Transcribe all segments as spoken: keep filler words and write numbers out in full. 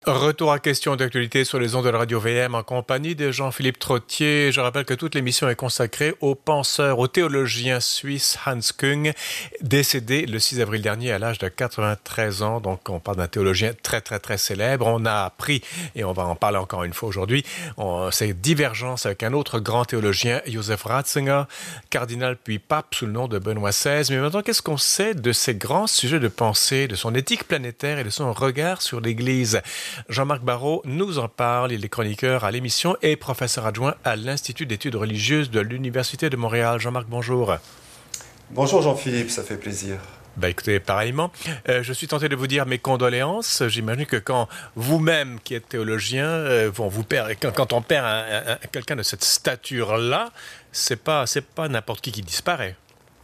Retour à questions d'actualité sur les ondes de la radio V M en compagnie de Jean-Philippe Trottier. Je rappelle que toute l'émission est consacrée au penseur, au théologien suisse Hans Küng, décédé le six avril dernier à l'âge de quatre-vingt-treize ans. Donc on parle d'un théologien très très très célèbre. On a appris, et on va en parler encore une fois aujourd'hui, ces divergences avec un autre grand théologien, Joseph Ratzinger, cardinal puis pape sous le nom de Benoît seize. Mais maintenant, qu'est-ce qu'on sait de ces grands sujets de pensée, de son éthique planétaire et de son regard sur l'Église? Jean-Marc Barrault nous en parle. Il est chroniqueur à l'émission et professeur adjoint à l'Institut d'études religieuses de l'Université de Montréal. Jean-Marc, bonjour. Bonjour Jean-Philippe, ça fait plaisir. Ben écoutez, pareillement. Euh, je suis tenté de vous dire mes condoléances. J'imagine que quand vous-même, qui êtes théologien, euh, bon, vous perd, quand, quand on perd un, un, quelqu'un de cette stature-là, c'est pas, c'est pas n'importe qui qui disparaît.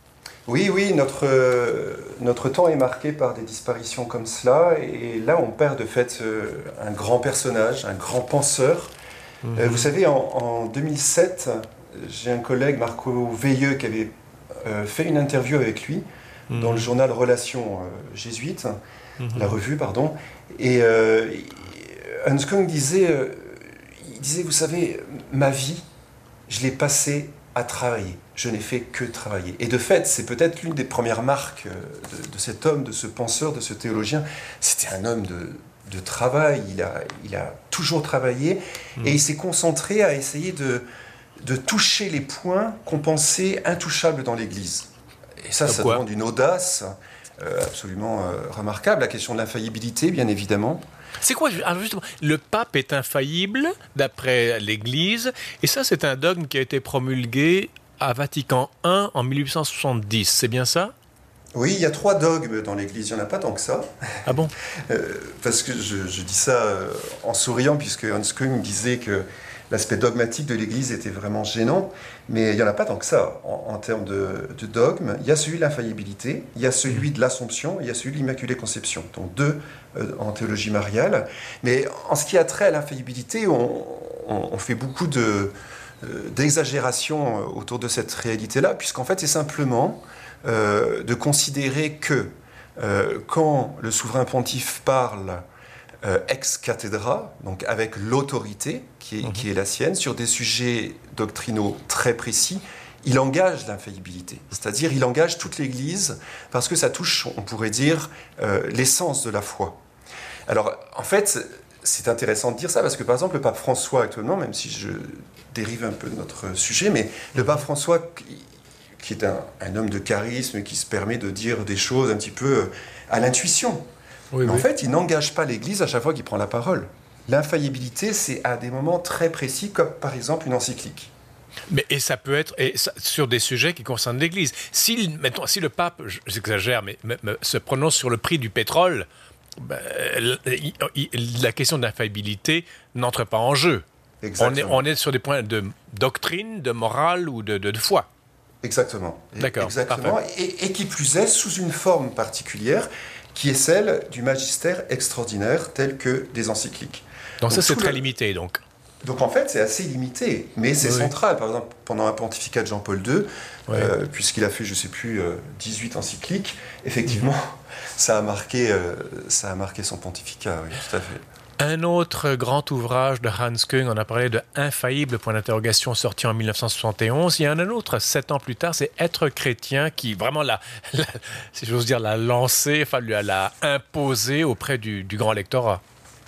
Oui, oui, notre, euh, notre temps est marqué par des disparitions comme cela, et là on perd de fait euh, un grand personnage, un grand penseur. Mmh. Euh, vous savez, en, en deux mille sept, j'ai un collègue, Marco Veilleux, qui avait euh, fait une interview avec lui mmh. dans le journal Relations euh, jésuites, mmh. la revue, pardon, et euh, Hans Küng disait, euh, il disait, vous savez, ma vie, je l'ai passée à travailler. Je n'ai fait que travailler. Et de fait, c'est peut-être l'une des premières marques de, de cet homme, de ce penseur, de ce théologien. C'était un homme de, de travail. Il a, il a toujours travaillé. Mmh. Et il s'est concentré à essayer de, de toucher les points qu'on pensait intouchables dans l'Église. Et ça, ça demande une audace euh, absolument euh, remarquable. La question de l'infaillibilité, bien évidemment. C'est quoi, alors justement, le pape est infaillible, d'après l'Église, et ça, c'est un dogme qui a été promulgué à Vatican un en mille huit cent soixante-dix, c'est bien ça? Oui, il y a trois dogmes dans l'Église, il n'y en a pas tant que ça. Ah bon? euh, Parce que je, je dis ça euh, en souriant, puisque Hans Küng disait que l'aspect dogmatique de l'Église était vraiment gênant, mais il n'y en a pas tant que ça en, en termes de, de dogme. Il y a celui de l'infaillibilité, il y a celui de l'Assomption, il y a celui de l'Immaculée Conception, donc deux euh, en théologie mariale. Mais en ce qui a trait à l'infaillibilité, on, on, on fait beaucoup de, euh, d'exagération autour de cette réalité-là, puisqu'en fait c'est simplement euh, de considérer que euh, quand le souverain pontife parle Euh, ex cathedra, donc avec l'autorité qui est, mmh. qui est la sienne, sur des sujets doctrinaux très précis, il engage l'infaillibilité. C'est-à-dire, il engage toute l'Église parce que ça touche, on pourrait dire, euh, l'essence de la foi. Alors, en fait, c'est intéressant de dire ça parce que, par exemple, le pape François actuellement, même si je dérive un peu de notre sujet, mais le pape François, qui, qui est un, un homme de charisme, qui se permet de dire des choses un petit peu à l'intuition. Oui, oui. En fait, il n'engage pas l'Église à chaque fois qu'il prend la parole. L'infaillibilité, c'est à des moments très précis, comme par exemple une encyclique. Mais et ça peut être et ça, sur des sujets qui concernent l'Église. Si, mettons, si le pape, j'exagère, mais, mais, mais se prononce sur le prix du pétrole, ben, il, il, la question de l'infaillibilité n'entre pas en jeu. On est, on est sur des points de doctrine, de morale ou de, de, de foi. Exactement. D'accord. Exactement. Et, et qui plus est, sous une forme particulière, qui est celle du magistère extraordinaire, tel que des encycliques. Donc, donc ça, c'est très le... limité, donc. Donc, en fait, c'est assez limité, mais c'est oui. central. Par exemple, pendant un pontificat de Jean-Paul deux, oui. euh, puisqu'il a fait, je ne sais plus, euh, dix-huit encycliques, effectivement, mmh. ça, a marqué, euh, ça a marqué son pontificat, oui, tout à fait. Un autre grand ouvrage de Hans Küng, on a parlé de Infaillible, point d'interrogation, sorti en mille neuf cent soixante et onze. Il y en a un autre, sept ans plus tard, c'est Être chrétien, qui vraiment l'a, l'a si j'ose dire, l'a lancé, enfin, lui l'a imposé auprès du, du grand lectorat.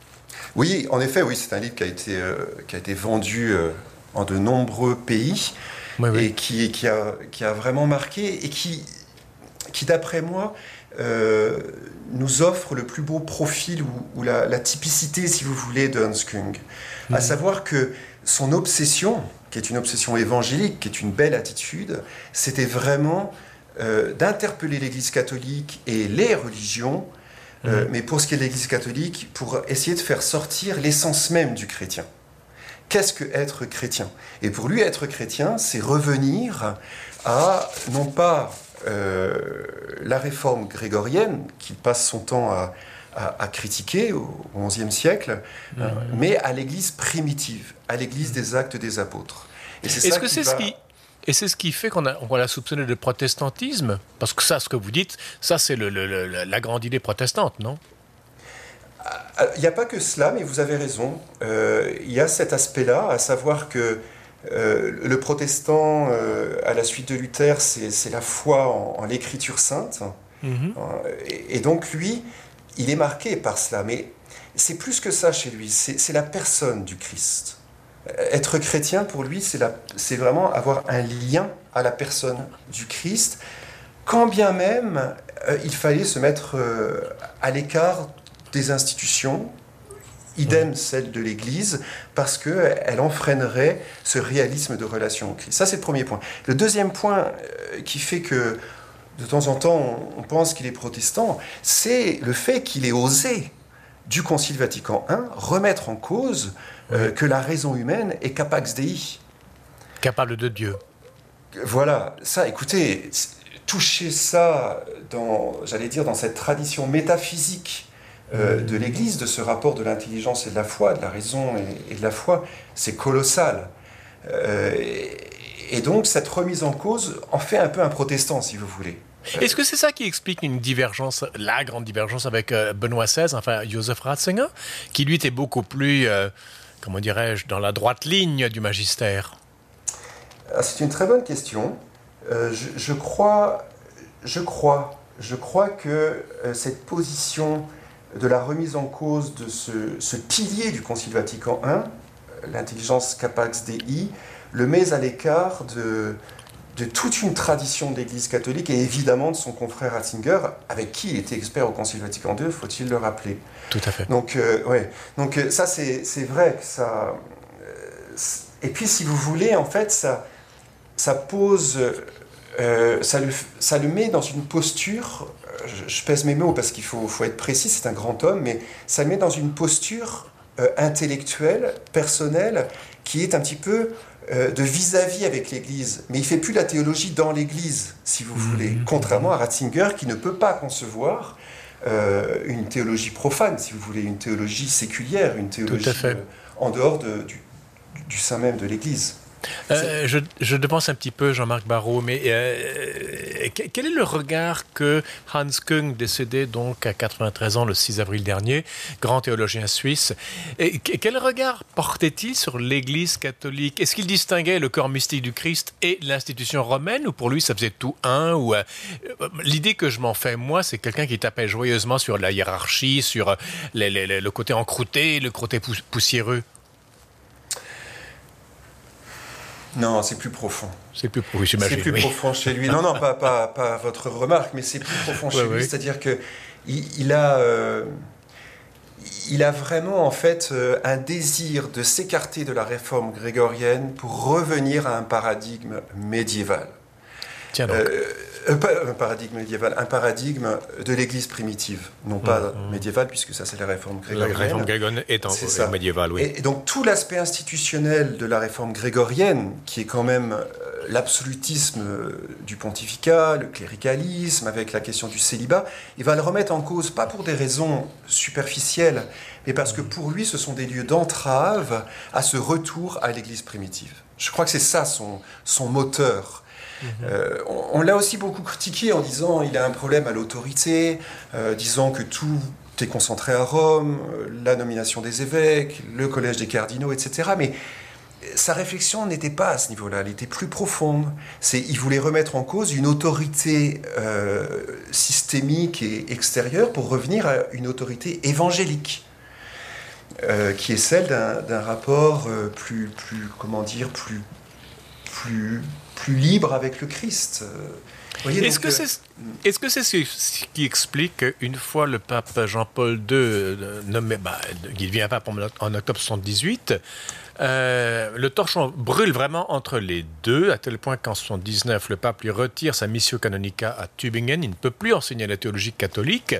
Oui, en effet, oui, c'est un livre qui a été, euh, qui a été vendu euh, en de nombreux pays oui, oui. et qui, qui, a, qui a vraiment marqué et qui, qui d'après moi, Euh, nous offre le plus beau profil ou, ou la, la typicité, si vous voulez, de Hans Küng. Mmh. À savoir que son obsession, qui est une obsession évangélique, qui est une belle attitude, c'était vraiment euh, d'interpeller l'Église catholique et les religions, mmh. euh, mais pour ce qui est de l'Église catholique, pour essayer de faire sortir l'essence même du chrétien. Qu'est-ce que être chrétien? Et pour lui, être chrétien, c'est revenir à, non pas Euh, la réforme grégorienne, qu'il passe son temps à, à, à critiquer au onzième siècle, mmh. euh, mais à l'Église primitive, à l'Église des actes des apôtres. Et c'est Est-ce ça que c'est va... ce qui... Et c'est ce qui fait qu'on a, on l'a soupçonné de protestantisme? Parce que ça, ce que vous dites, ça, c'est le, le, le, la grande idée protestante, non? Il n'y a pas que cela, mais vous avez raison. Euh, il y a cet aspect-là, à savoir que euh, le protestant, euh, à la suite de Luther, c'est, c'est la foi en, en l'écriture sainte. Mm-hmm. Et, et donc lui, il est marqué par cela. Mais c'est plus que ça chez lui, c'est, c'est la personne du Christ. Être chrétien, pour lui, c'est, la, c'est vraiment avoir un lien à la personne du Christ, quand bien même euh, il fallait se mettre euh, à l'écart des institutions, idem celle de l'Église, parce qu'elle enfreinerait ce réalisme de relation au Christ. Ça, c'est le premier point. Le deuxième point euh, qui fait que, de temps en temps, on, on pense qu'il est protestant, c'est le fait qu'il ait osé, du Concile Vatican I, remettre en cause euh, que la raison humaine est capax Dei. Capable de Dieu. Voilà, ça, écoutez, toucher ça dans, j'allais dire, dans cette tradition métaphysique euh, de l'Église, de ce rapport de l'intelligence et de la foi, de la raison et, et de la foi, c'est colossal. Euh, et, et donc, cette remise en cause en fait un peu un protestant, si vous voulez. Est-ce que c'est ça qui explique une divergence, la grande divergence avec euh, Benoît seize, enfin Joseph Ratzinger, qui lui était beaucoup plus, euh, comment dirais-je, dans la droite ligne du magistère? Ah, c'est une très bonne question. Euh, je, je crois, je crois, je crois que euh, cette position de la remise en cause de ce, ce pilier du Concile Vatican I, l'intelligence capax Dei, le met à l'écart de, de toute une tradition de l'Église catholique et évidemment de son confrère Ratzinger, avec qui il était expert au Concile Vatican deux, faut-il le rappeler. Tout à fait. Donc, euh, ouais. Donc ça, c'est, c'est vrai que ça... Euh, et puis, si vous voulez, en fait, ça, ça pose... Euh, ça, le, ça le met dans une posture, je, je pèse mes mots parce qu'il faut, faut être précis, c'est un grand homme, mais ça le met dans une posture euh, intellectuelle, personnelle, qui est un petit peu euh, de vis-à-vis avec l'Église. Mais il ne fait plus la théologie dans l'Église, si vous voulez, mmh. contrairement à Ratzinger, qui ne peut pas concevoir euh, une théologie profane, si vous voulez, une théologie séculière, une théologie euh, en dehors de, du, du sein même de l'Église. Euh, je, je devance un petit peu Jean-Marc Barrault, mais euh, quel est le regard que Hans Küng, décédé donc à quatre-vingt-treize ans le six avril dernier, grand théologien suisse, et quel regard portait-il sur l'Église catholique? Est-ce qu'il distinguait le corps mystique du Christ et l'institution romaine, ou pour lui ça faisait tout un ou, euh, l'idée que je m'en fais, moi, c'est quelqu'un qui tapait joyeusement sur la hiérarchie, sur les, les, le côté encrouté, le côté poussiéreux? Non, c'est plus profond. C'est plus, oui, j'imagine, c'est plus oui. profond chez lui. Non, non, pas, pas, pas votre remarque, mais c'est plus profond chez ouais, lui. Oui. C'est-à-dire que il, il a, euh, il a vraiment en fait euh, un désir de s'écarter de la réforme grégorienne pour revenir à un paradigme médiéval. Tiens donc. Euh, un paradigme médiéval, un paradigme de l'Église primitive, non pas mmh, médiévale, puisque ça c'est la réforme grégorienne. La réforme grégorienne étant médiévale, oui. Et, et donc tout l'aspect institutionnel de la réforme grégorienne, qui est quand même euh, l'absolutisme du pontificat, le cléricalisme, avec la question du célibat, il va le remettre en cause, pas pour des raisons superficielles, mais parce que pour lui, ce sont des lieux d'entrave à ce retour à l'Église primitive. Je crois que c'est ça son, son moteur. Mmh. Euh, on, on l'a aussi beaucoup critiqué en disant qu'il a un problème à l'autorité, euh, disant que tout est concentré à Rome, euh, la nomination des évêques, le collège des cardinaux, et cetera. Mais sa réflexion n'était pas à ce niveau-là, elle était plus profonde. C'est, il voulait remettre en cause une autorité euh, systémique et extérieure pour revenir à une autorité évangélique, euh, qui est celle d'un, d'un rapport euh, plus, plus, comment dire, plus, plus plus libre avec le Christ. Voyez, est-ce, donc, que c'est, est-ce que c'est ce qui explique qu'une fois le pape Jean-Paul deux nommé, bah, il devient pape en octobre soixante-dix-huit, euh, le torchon brûle vraiment entre les deux, à tel point qu'en soixante-dix-neuf, le pape lui retire sa missio canonica à Tübingen, il ne peut plus enseigner la théologie catholique,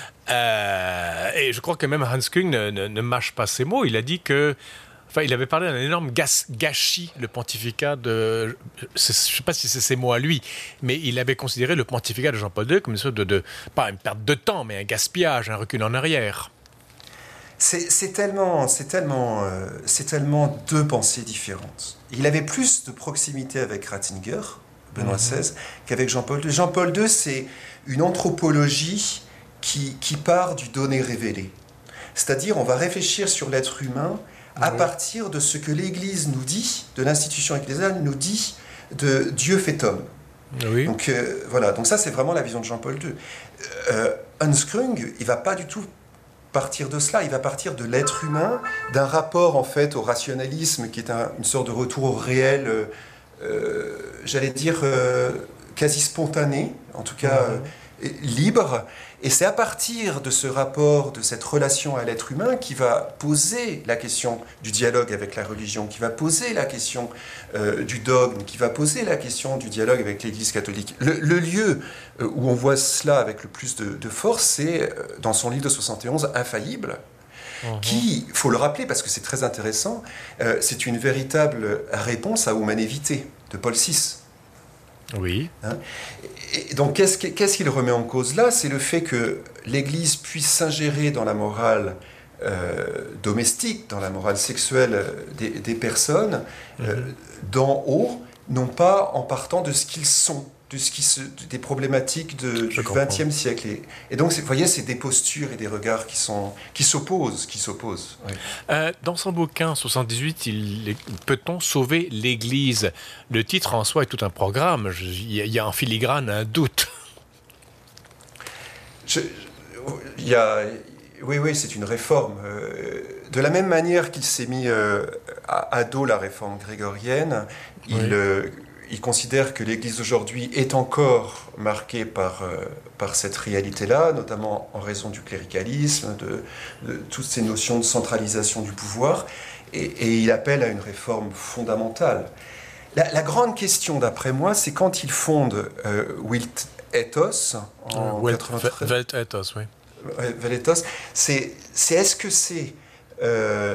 euh, et je crois que même Hans Küng ne, ne, ne mâche pas ses mots, il a dit que Enfin, il avait parlé d'un énorme gas, gâchis, le pontificat de... Je ne sais pas si c'est ses mots à lui, mais il avait considéré le pontificat de Jean-Paul deux comme une sorte de, de... pas une perte de temps, mais un gaspillage, un recul en arrière. C'est, c'est, tellement, c'est, tellement, euh, c'est tellement deux pensées différentes. Il avait plus de proximité avec Ratzinger, Benoît seize, mm-hmm. qu'avec Jean-Paul deux. Jean-Paul deux, c'est une anthropologie qui, qui part du donné révélé. C'est-à-dire, on va réfléchir sur l'être humain à oui. partir de ce que l'Église nous dit, de l'institution ecclésiale nous dit de Dieu fait homme. Oui. Donc euh, voilà, donc ça c'est vraiment la vision de Jean-Paul deux. Euh, Hans Küng, il va pas du tout partir de cela, il va partir de l'être humain, d'un rapport en fait au rationalisme qui est un, une sorte de retour au réel, euh, euh, j'allais dire euh, quasi spontané, en tout cas euh, libre. Et c'est à partir de ce rapport, de cette relation à l'être humain qui va poser la question du dialogue avec la religion, qui va poser la question euh, du dogme, qui va poser la question du dialogue avec l'Église catholique. Le, le lieu où on voit cela avec le plus de, de force, c'est dans son livre de soixante et onze, Infaillible, mmh. qui, il faut le rappeler parce que c'est très intéressant, euh, c'est une véritable réponse à Humanevitae de Paul six. Oui. Hein? Et donc, qu'est-ce, qu'est-ce qu'il remet en cause là? C'est le fait que l'Église puisse s'ingérer dans la morale euh, domestique, dans la morale sexuelle des, des personnes, mm-hmm. euh, d'en haut, non pas en partant de ce qu'ils sont, de ce qui se, des problématiques de, du vingtième siècle. Et, et donc, vous voyez, c'est des postures et des regards qui, sont, qui s'opposent. Qui s'opposent oui. euh, dans son bouquin, soixante-dix-huit, il, Peut-on sauver l'Église? Le titre en soi est tout un programme. Il y, y a en filigrane un doute. Je, il y a, oui, oui, c'est une réforme. De la même manière qu'il s'est mis à, à dos la réforme grégorienne, oui. il... Il considère que l'Église d'aujourd'hui est encore marquée par, euh, par cette réalité-là, notamment en raison du cléricalisme, de, de toutes ces notions de centralisation du pouvoir, et, et il appelle à une réforme fondamentale. La, la grande question, d'après moi, c'est quand il fonde euh, Welt Ethos, en Welt, quatre-vingt-treize. Welt Ethos, oui. Welt Ethos, c'est, c'est est-ce que c'est euh,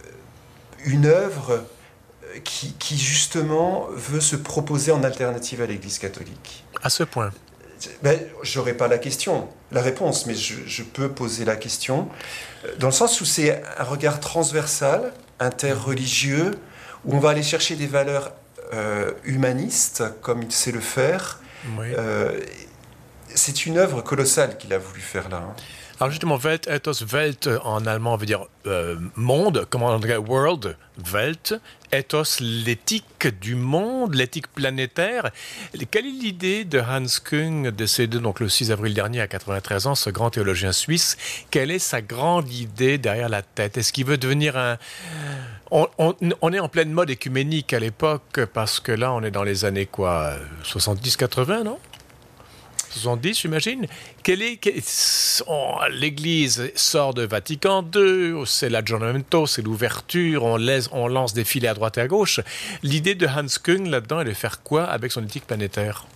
une œuvre Qui, qui justement veut se proposer en alternative à l'Église catholique. À ce point. Ben, je n'aurai pas la question, la réponse, mais je, je peux poser la question, dans le sens où c'est un regard transversal, interreligieux, où on va aller chercher des valeurs euh, humanistes, comme il sait le faire. Oui. Euh, c'est une œuvre colossale qu'il a voulu faire là. Hein. Alors justement, Welt, Ethos, Welt en allemand veut dire euh, monde, comme en anglais world, Welt, Ethos, l'éthique du monde, l'éthique planétaire. Quelle est l'idée de Hans Küng, décédé donc le six avril dernier à quatre-vingt-treize ans, ce grand théologien suisse? Quelle est sa grande idée derrière la tête? Est-ce qu'il veut devenir un... On, on, on est en pleine mode écuménique à l'époque, parce que là, on est dans les années quoi, soixante-dix quatre-vingts, non? soixante-dix, j'imagine. Quelle est, quelle, on, l'Église sort de Vatican deux, c'est l'aggiornamento, c'est l'ouverture, on, laisse, on lance des filets à droite et à gauche. L'idée de Hans Küng là-dedans est de faire quoi avec son éthique planétaire?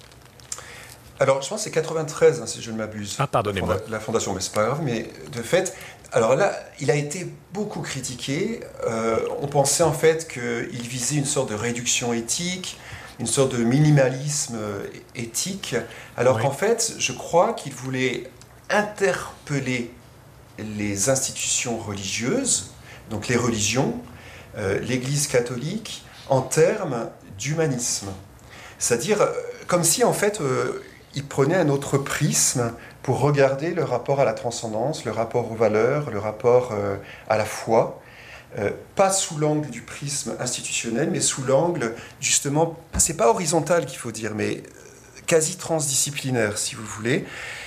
Alors, je pense que c'est quatre-vingt-treize, hein, si je ne m'abuse. Ah, pardonnez-moi. La, fonda- la fondation, mais c'est pas grave. Mais de fait, alors là, il a été beaucoup critiqué. Euh, on pensait en fait qu'il visait une sorte de réduction éthique, une sorte de minimalisme éthique, alors oui. qu'en fait, je crois qu'il voulait interpeller les institutions religieuses, donc les religions, euh, l'Église catholique, en termes d'humanisme. C'est-à-dire, comme si, en fait, euh, il prenait un autre prisme pour regarder le rapport à la transcendance, le rapport aux valeurs, le rapport euh, à la foi, Euh, pas sous l'angle du prisme institutionnel, mais sous l'angle, justement, c'est pas horizontal qu'il faut dire, mais quasi transdisciplinaire, si vous voulez,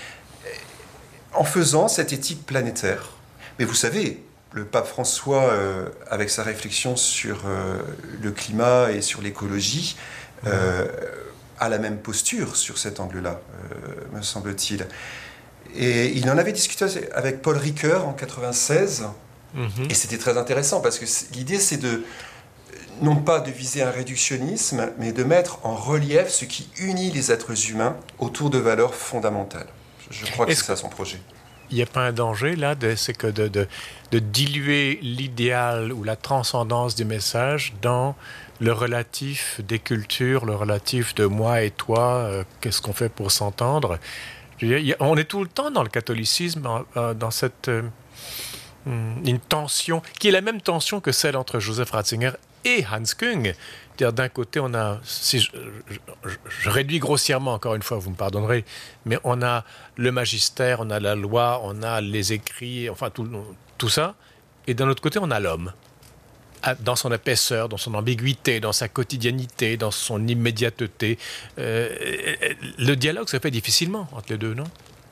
en faisant cette éthique planétaire. Mais vous savez, le pape François, euh, avec sa réflexion sur euh, le climat et sur l'écologie, euh, a la même posture sur cet angle-là, euh, me semble-t-il. Et il en avait discuté avec Paul Ricoeur en quatre-vingt-seize. Mmh. Et c'était très intéressant parce que l'idée c'est de non pas de viser un réductionnisme mais de mettre en relief ce qui unit les êtres humains autour de valeurs fondamentales. Je crois que Est-ce c'est ça son projet. Il n'y a pas un danger là, de, c'est que de, de, de diluer l'idéal ou la transcendance du message dans le relatif des cultures, le relatif de moi et toi, euh, qu'est-ce qu'on fait pour s'entendre? Je veux dire, on est tout le temps dans le catholicisme, euh, dans cette... Euh, une tension qui est la même tension que celle entre Joseph Ratzinger et Hans Küng. C'est-à-dire, d'un côté, on a, si je, je, je réduis grossièrement, encore une fois, vous me pardonnerez, mais on a le magistère, on a la loi, on a les écrits, enfin tout, tout ça, et d'un autre côté, on a l'homme, dans son épaisseur, dans son ambiguïté, dans sa quotidianité, dans son immédiateté. Euh, le dialogue se fait difficilement entre les deux, non ?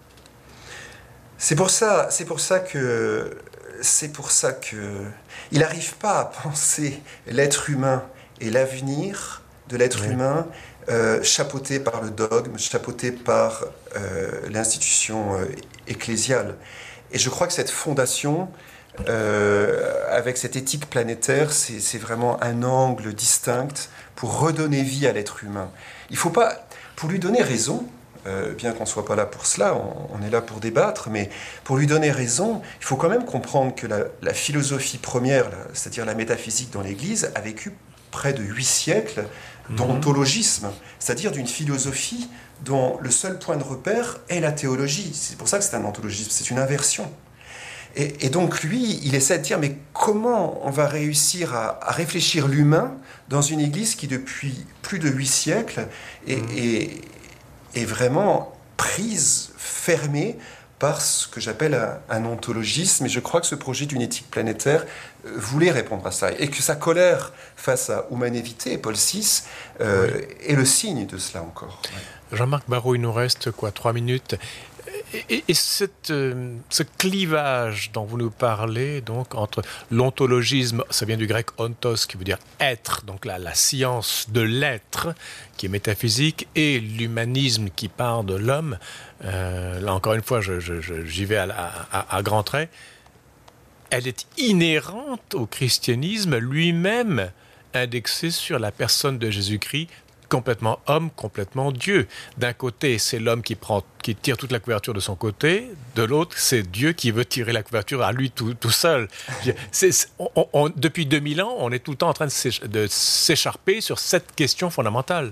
C'est pour ça, c'est pour ça que, c'est pour ça que, il n'arrive pas à penser l'être humain et l'avenir de l'être oui. humain euh, chapeauté par le dogme, chapeauté par euh, l'institution euh, ecclésiale. Et je crois que cette fondation, euh, avec cette éthique planétaire, c'est, c'est vraiment un angle distinct pour redonner vie à l'être humain. Il faut pas, pour lui donner raison, euh, bien qu'on ne soit pas là pour cela, on, on est là pour débattre, mais pour lui donner raison, il faut quand même comprendre que la, la philosophie première, la, c'est-à-dire la métaphysique dans l'Église, a vécu près de huit siècles d'ontologisme, mmh. c'est-à-dire d'une philosophie dont le seul point de repère est la théologie. C'est pour ça que c'est un ontologisme, c'est une inversion. Et, et donc lui, il essaie de dire, mais comment on va réussir à, à réfléchir l'humain dans une Église qui, depuis plus de huit siècles, est, mmh. est, est vraiment prise, fermée, par ce que j'appelle un, un ontologisme, et je crois que ce projet d'une éthique planétaire euh, voulait répondre à ça, et que sa colère face à Humanevitae, Paul six, euh, oui. est le signe de cela encore. Ouais. Jean-Marc Barrault, il nous reste quoi, trois minutes. Et, et, et cette, euh, ce clivage dont vous nous parlez, donc, entre l'ontologisme, ça vient du grec ontos, qui veut dire être, donc la, la science de l'être, qui est métaphysique, et l'humanisme qui part de l'homme, euh, là encore une fois, je, je, je, j'y vais à, à, à grands traits, elle est inhérente au christianisme lui-même, indexé sur la personne de Jésus-Christ, complètement homme, complètement Dieu. D'un côté, c'est l'homme qui, prend, qui tire toute la couverture de son côté. De l'autre, c'est Dieu qui veut tirer la couverture à lui tout, tout seul. C'est, c'est, on, on, depuis deux mille ans, on est tout le temps en train de, s'éch- de s'écharper sur cette question fondamentale.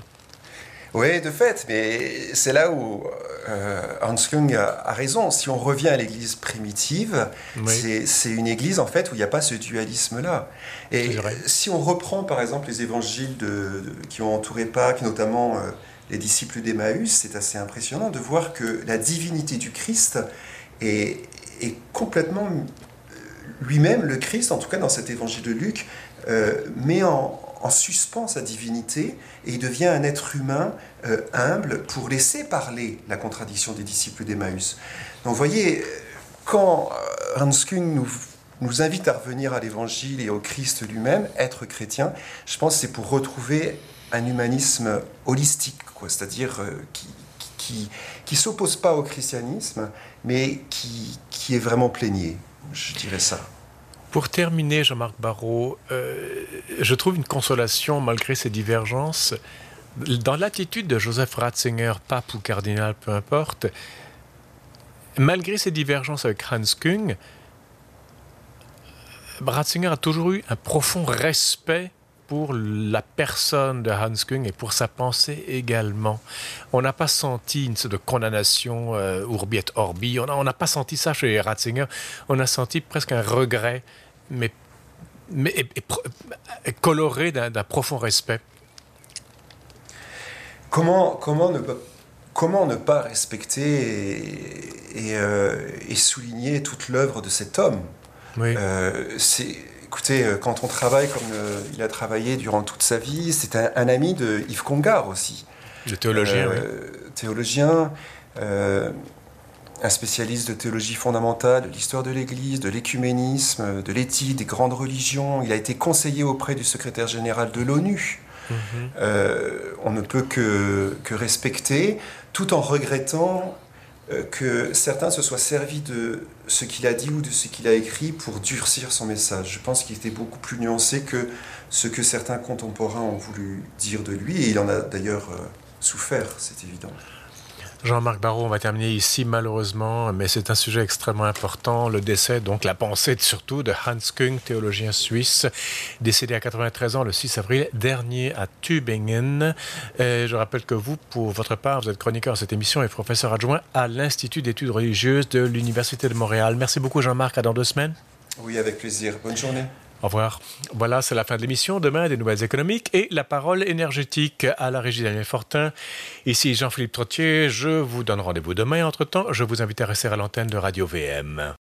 Oui, de fait, mais c'est là où euh, Hans Küng a, a raison. Si on revient à l'Église primitive, oui. c'est, c'est une Église en fait où il n'y a pas ce dualisme-là. Et si on reprend par exemple les évangiles de, de, qui ont entouré Pâques, notamment euh, les disciples d'Emmaüs, c'est assez impressionnant de voir que la divinité du Christ est, est complètement lui-même, le Christ, en tout cas dans cet évangile de Luc, euh, met en en suspend sa divinité et il devient un être humain euh, humble pour laisser parler la contradiction des disciples d'Emmaüs. Donc vous voyez, quand Hans Küng nous, nous invite à revenir à l'Évangile et au Christ lui-même, être chrétien, je pense que c'est pour retrouver un humanisme holistique, quoi, c'est-à-dire euh, qui qui qui s'oppose pas au christianisme, mais qui, qui est vraiment plénier, je dirais ça. Pour terminer, Jean-Marc Barrault, euh, je trouve une consolation malgré ces divergences dans l'attitude de Joseph Ratzinger, pape ou cardinal, peu importe. Malgré ces divergences avec Hans Küng, Ratzinger a toujours eu un profond respect pour la personne de Hans Küng et pour sa pensée également. On n'a pas senti une sorte de condamnation euh, urbi et orbi, on n'a pas senti ça chez Ratzinger, on a senti presque un regret, mais, mais et, et, et coloré d'un, d'un profond respect. Comment, comment, ne, comment ne pas respecter et, et, euh, et souligner toute l'œuvre de cet homme ? Oui. euh, c'est... Écoutez, quand on travaille comme euh, il a travaillé durant toute sa vie, c'est un, un ami de Yves Congar aussi. Le théologien, euh, oui. Théologien, euh, un spécialiste de théologie fondamentale, de l'histoire de l'Église, de l'écuménisme, de l'éthique, des grandes religions. Il a été conseiller auprès du secrétaire général de l'ONU. Mm-hmm. Euh, on ne peut que, que respecter, tout en regrettant que certains se soient servis de ce qu'il a dit ou de ce qu'il a écrit pour durcir son message. Je pense qu'il était beaucoup plus nuancé que ce que certains contemporains ont voulu dire de lui, et il en a d'ailleurs souffert, c'est évident. Jean-Marc Barrault, on va terminer ici malheureusement, mais c'est un sujet extrêmement important, le décès, donc la pensée surtout de Hans Küng, théologien suisse, décédé à quatre-vingt-treize ans le six avril dernier à Tübingen. Et je rappelle que vous, pour votre part, vous êtes chroniqueur de cette émission et professeur adjoint à l'Institut d'études religieuses de l'Université de Montréal. Merci beaucoup Jean-Marc, à dans deux semaines. Oui, avec plaisir. Bonne journée. Au revoir. Voilà, c'est la fin de l'émission. Demain, des nouvelles économiques et la parole énergétique à la régie Daniel Fortin. Ici Jean-Philippe Trottier. Je vous donne rendez-vous demain. Entre-temps, je vous invite à rester à l'antenne de Radio V M.